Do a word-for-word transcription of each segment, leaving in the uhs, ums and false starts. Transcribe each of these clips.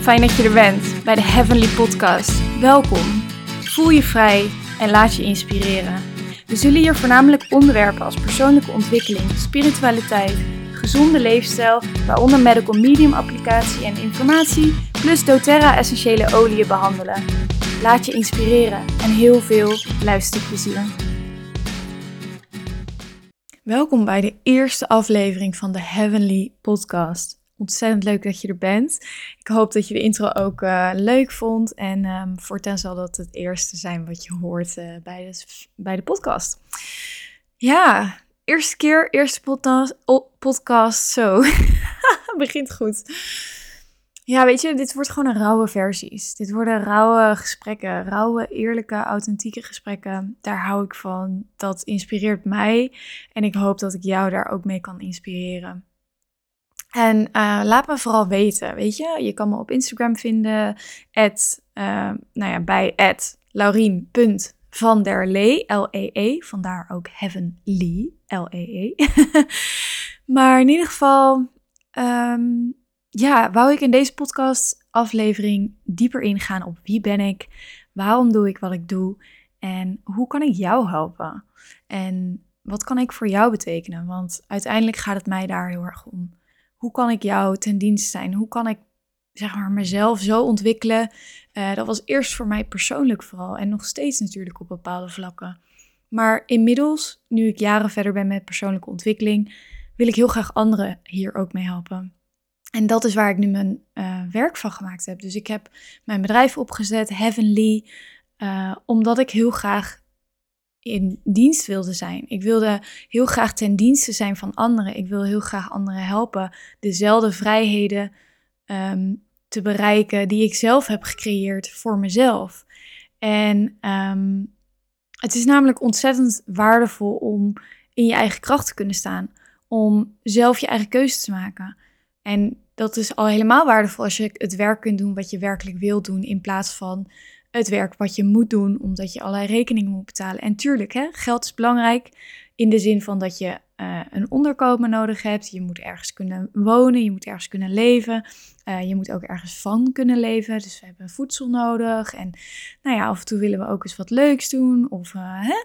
Fijn dat je er bent bij de Heavenly Podcast. Welkom. Voel je vrij en laat je inspireren. We zullen hier voornamelijk onderwerpen als persoonlijke ontwikkeling, spiritualiteit, gezonde leefstijl, waaronder medical medium applicatie en informatie, plus doTERRA essentiële oliën behandelen. Laat je inspireren en heel veel luisterplezier. Welkom bij de eerste aflevering van de Heavenly Podcast. Ontzettend leuk dat je er bent. Ik hoop dat je de intro ook uh, leuk vond. En um, voortaan zal dat het eerste zijn wat je hoort uh, bij, de, bij de podcast. Ja, eerste keer, eerste podcast. Oh, podcast zo. Begint goed. Ja, weet je, dit wordt gewoon een rauwe versies. Dit worden rauwe gesprekken. Rauwe, eerlijke, authentieke gesprekken. Daar hou ik van. Dat inspireert mij. En ik hoop dat ik jou daar ook mee kan inspireren. En uh, laat me vooral weten, weet je. Je kan me op Instagram vinden. At, uh, nou ja, bij at laurien punt van der Lee. L E E. Vandaar ook Heavenly. L E E. Maar in ieder geval... Um, ja, wou ik in deze podcast aflevering dieper ingaan op wie ben ik? Waarom doe ik wat ik doe? En hoe kan ik jou helpen? En wat kan ik voor jou betekenen? Want uiteindelijk gaat het mij daar heel erg om. Hoe kan ik jou ten dienste zijn? Hoe kan ik, zeg maar, mezelf zo ontwikkelen? Uh, dat was eerst voor mij persoonlijk vooral. En nog steeds natuurlijk op bepaalde vlakken. Maar inmiddels, nu ik jaren verder ben met persoonlijke ontwikkeling, wil ik heel graag anderen hier ook mee helpen. En dat is waar ik nu mijn uh, werk van gemaakt heb. Dus ik heb mijn bedrijf opgezet, Heavenly, uh, omdat ik heel graag in dienst wilde zijn. Ik wilde heel graag ten dienste zijn van anderen. Ik wil heel graag anderen helpen dezelfde vrijheden um, te bereiken die ik zelf heb gecreëerd voor mezelf. En um, het is namelijk ontzettend waardevol om in je eigen kracht te kunnen staan. Om zelf je eigen keuze te maken. En dat is al helemaal waardevol als je het werk kunt doen wat je werkelijk wilt doen, in plaats van het werk wat je moet doen, omdat je allerlei rekeningen moet betalen. En tuurlijk, hè, geld is belangrijk in de zin van dat je uh, een onderkomen nodig hebt. Je moet ergens kunnen wonen, je moet ergens kunnen leven. Uh, je moet ook ergens van kunnen leven. Dus we hebben voedsel nodig. En nou ja, af en toe willen we ook eens wat leuks doen. Of, uh, hè?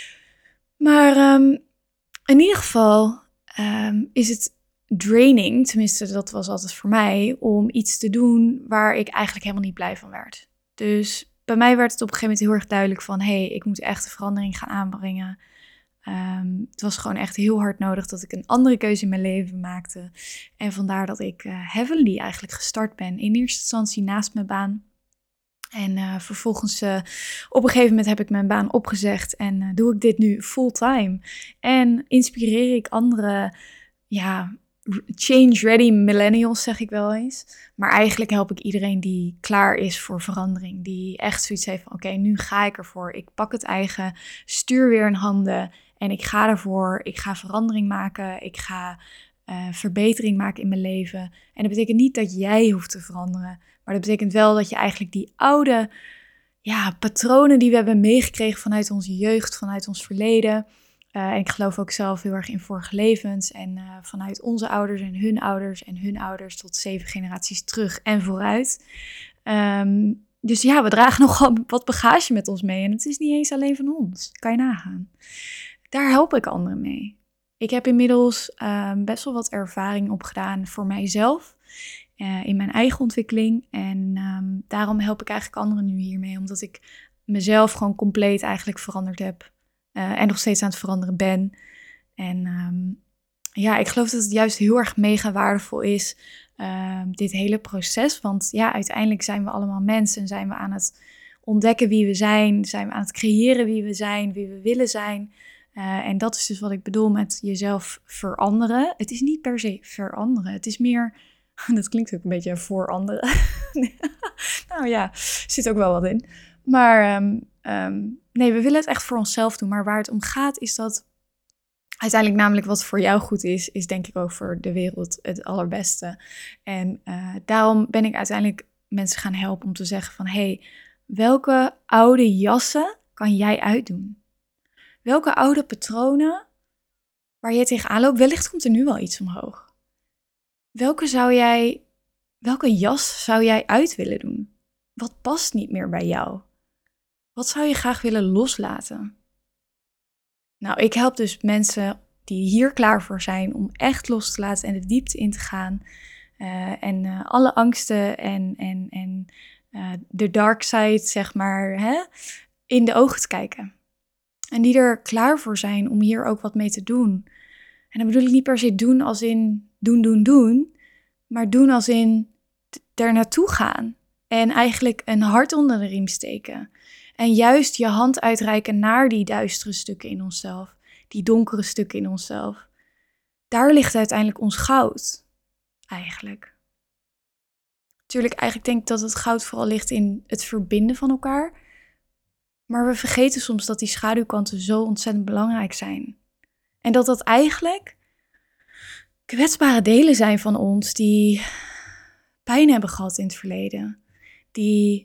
Maar um, in ieder geval um, is het draining, tenminste dat was altijd voor mij, om iets te doen waar ik eigenlijk helemaal niet blij van werd. Dus bij mij werd het op een gegeven moment heel erg duidelijk van, hé, hey, ik moet echt een verandering gaan aanbrengen. Um, het was gewoon echt heel hard nodig dat ik een andere keuze in mijn leven maakte. En vandaar dat ik uh, Heavenly eigenlijk gestart ben. In eerste instantie naast mijn baan. En uh, vervolgens uh, op een gegeven moment heb ik mijn baan opgezegd en uh, doe ik dit nu fulltime. En inspireer ik andere, ja, change-ready millennials, zeg ik wel eens. Maar eigenlijk help ik iedereen die klaar is voor verandering. Die echt zoiets heeft van, oké, okay, nu ga ik ervoor. Ik pak het eigen stuur weer in handen en ik ga ervoor. Ik ga verandering maken. Ik ga uh, verbetering maken in mijn leven. En dat betekent niet dat jij hoeft te veranderen. Maar dat betekent wel dat je eigenlijk die oude ja, patronen die we hebben meegekregen vanuit onze jeugd, vanuit ons verleden. Uh, en ik geloof ook zelf heel erg in vorige levens en uh, vanuit onze ouders en hun ouders en hun ouders tot zeven generaties terug en vooruit. Um, dus ja, we dragen nogal wat bagage met ons mee en het is niet eens alleen van ons. Kan je nagaan. Daar help ik anderen mee. Ik heb inmiddels uh, best wel wat ervaring opgedaan voor mijzelf uh, in mijn eigen ontwikkeling. En um, daarom help ik eigenlijk anderen nu hiermee, omdat ik mezelf gewoon compleet eigenlijk veranderd heb. Uh, en nog steeds aan het veranderen ben. En um, ja, ik geloof dat het juist heel erg mega waardevol is, uh, dit hele proces. Want ja, uiteindelijk zijn we allemaal mensen en zijn we aan het ontdekken wie we zijn. Zijn we aan het creëren wie we zijn, wie we willen zijn. Uh, en dat is dus wat ik bedoel met jezelf veranderen. Het is niet per se veranderen. Het is meer, dat klinkt ook een beetje voor anderen. Nou ja, zit ook wel wat in. Maar um, um, nee, we willen het echt voor onszelf doen. Maar waar het om gaat is dat uiteindelijk namelijk wat voor jou goed is, is denk ik ook voor de wereld het allerbeste. En uh, daarom ben ik uiteindelijk mensen gaan helpen om te zeggen van, hé, hey, welke oude jassen kan jij uitdoen? Welke oude patronen waar je tegenaan loopt, wellicht komt er nu wel iets omhoog. Welke zou jij welke jas zou jij uit willen doen? Wat past niet meer bij jou? Wat zou je graag willen loslaten? Nou, ik help dus mensen die hier klaar voor zijn om echt los te laten en de diepte in te gaan. Uh, en uh, alle angsten en, en, en uh, de dark side, zeg maar, hè, in de ogen te kijken. En die er klaar voor zijn om hier ook wat mee te doen. En dan bedoel ik niet per se doen als in doen, doen, doen. Maar doen als in er naartoe gaan. En eigenlijk een hart onder de riem steken. En juist je hand uitreiken naar die duistere stukken in onszelf. Die donkere stukken in onszelf. Daar ligt uiteindelijk ons goud. Eigenlijk. Natuurlijk, eigenlijk denk ik dat het goud vooral ligt in het verbinden van elkaar. Maar we vergeten soms dat die schaduwkanten zo ontzettend belangrijk zijn. En dat dat eigenlijk kwetsbare delen zijn van ons die pijn hebben gehad in het verleden. Die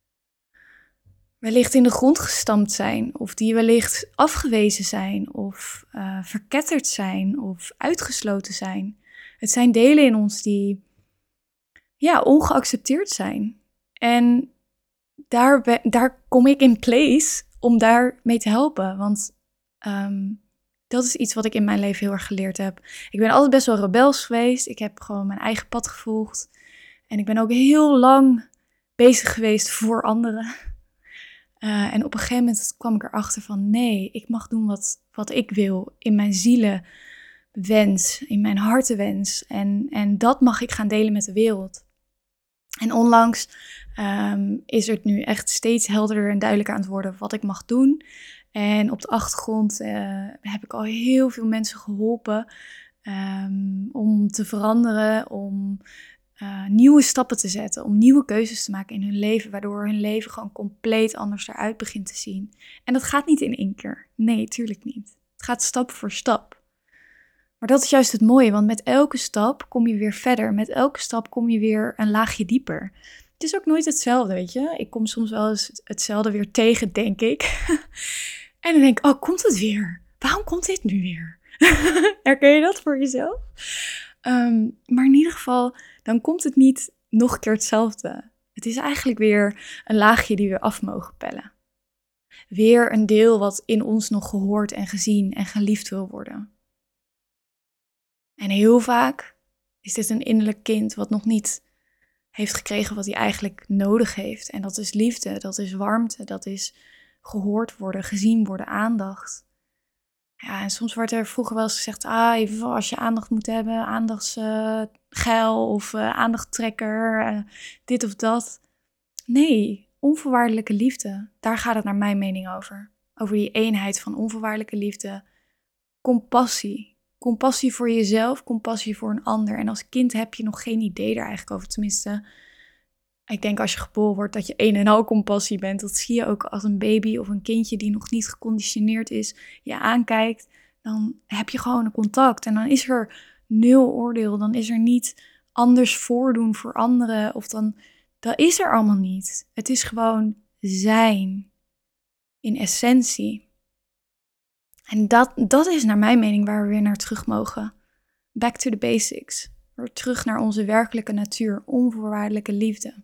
wellicht in de grond gestampt zijn. Of die wellicht afgewezen zijn. Of uh, verketterd zijn. Of uitgesloten zijn. Het zijn delen in ons die ja, ongeaccepteerd zijn. En daar, be- daar kom ik in place om daar mee te helpen. Want um, dat is iets wat ik in mijn leven heel erg geleerd heb. Ik ben altijd best wel rebels geweest. Ik heb gewoon mijn eigen pad gevolgd. En ik ben ook heel lang bezig geweest voor anderen. Uh, en op een gegeven moment kwam ik erachter van nee, ik mag doen wat, wat ik wil in mijn zielenwens, in mijn hartenwens. En, en dat mag ik gaan delen met de wereld. En onlangs um, is het nu echt steeds helderder en duidelijker aan het worden wat ik mag doen. En op de achtergrond uh, heb ik al heel veel mensen geholpen um, om te veranderen, om uh, nieuwe stappen te zetten, om nieuwe keuzes te maken in hun leven, waardoor hun leven gewoon compleet anders eruit begint te zien. En dat gaat niet in één keer. Nee, tuurlijk niet. Het gaat stap voor stap. Maar dat is juist het mooie, want met elke stap kom je weer verder. Met elke stap kom je weer een laagje dieper. Het is ook nooit hetzelfde, weet je. Ik kom soms wel eens hetzelfde weer tegen, denk ik. En dan denk ik, oh, komt het weer? Waarom komt dit nu weer? Herken je dat voor jezelf? Um, maar in ieder geval, dan komt het niet nog een keer hetzelfde. Het is eigenlijk weer een laagje die we af mogen pellen. Weer een deel wat in ons nog gehoord en gezien en geliefd wil worden. En heel vaak is dit een innerlijk kind wat nog niet heeft gekregen wat hij eigenlijk nodig heeft. En dat is liefde, dat is warmte, dat is gehoord worden, gezien worden, aandacht. Ja, en soms wordt er vroeger wel eens gezegd, ah, even als je aandacht moet hebben, aandachtsgeil uh, of uh, aandachttrekker, uh, dit of dat. Nee, onvoorwaardelijke liefde, daar gaat het naar mijn mening over. Over die eenheid van onvoorwaardelijke liefde, compassie. Compassie voor jezelf, compassie voor een ander. En als kind heb je nog geen idee daar eigenlijk over. Tenminste, ik denk als je geboren wordt dat je een en al compassie bent. Dat zie je ook als een baby of een kindje die nog niet geconditioneerd is. Je aankijkt, dan heb je gewoon een contact. En dan is er nul oordeel. Dan is er niet anders voordoen voor anderen. Of dan, dat is er allemaal niet. Het is gewoon zijn. In essentie. En dat, dat is naar mijn mening waar we weer naar terug mogen. Back to the basics. Weer terug naar onze werkelijke natuur. Onvoorwaardelijke liefde.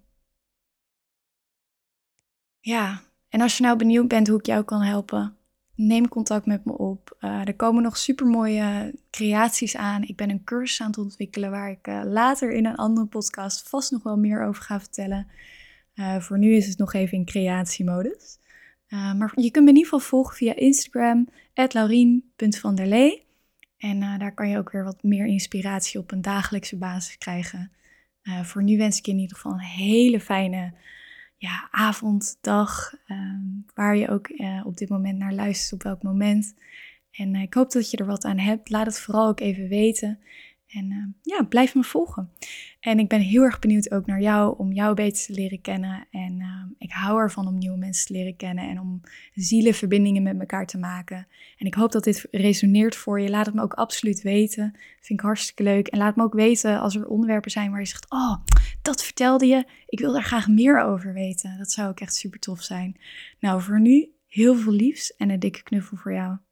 Ja, en als je nou benieuwd bent hoe ik jou kan helpen, neem contact met me op. Uh, er komen nog supermooie creaties aan. Ik ben een cursus aan het ontwikkelen waar ik uh, later in een andere podcast vast nog wel meer over ga vertellen. Uh, voor nu is het nog even in creatiemodus. Uh, maar je kunt me in ieder geval volgen via Instagram, at laurien punt van der lee. En uh, daar kan je ook weer wat meer inspiratie op een dagelijkse basis krijgen. Uh, voor nu wens ik je in ieder geval een hele fijne ja, avond, dag, um, waar je ook uh, op dit moment naar luistert, op welk moment. En uh, ik hoop dat je er wat aan hebt. Laat het vooral ook even weten. En uh, ja, blijf me volgen. En ik ben heel erg benieuwd ook naar jou, om jou beter te leren kennen. En uh, ik hou ervan om nieuwe mensen te leren kennen en om zielenverbindingen met elkaar te maken. En ik hoop dat dit resoneert voor je. Laat het me ook absoluut weten. Dat vind ik hartstikke leuk. En laat me ook weten als er onderwerpen zijn waar je zegt, oh, dat vertelde je. Ik wil daar graag meer over weten. Dat zou ook echt super tof zijn. Nou, voor nu heel veel liefs en een dikke knuffel voor jou.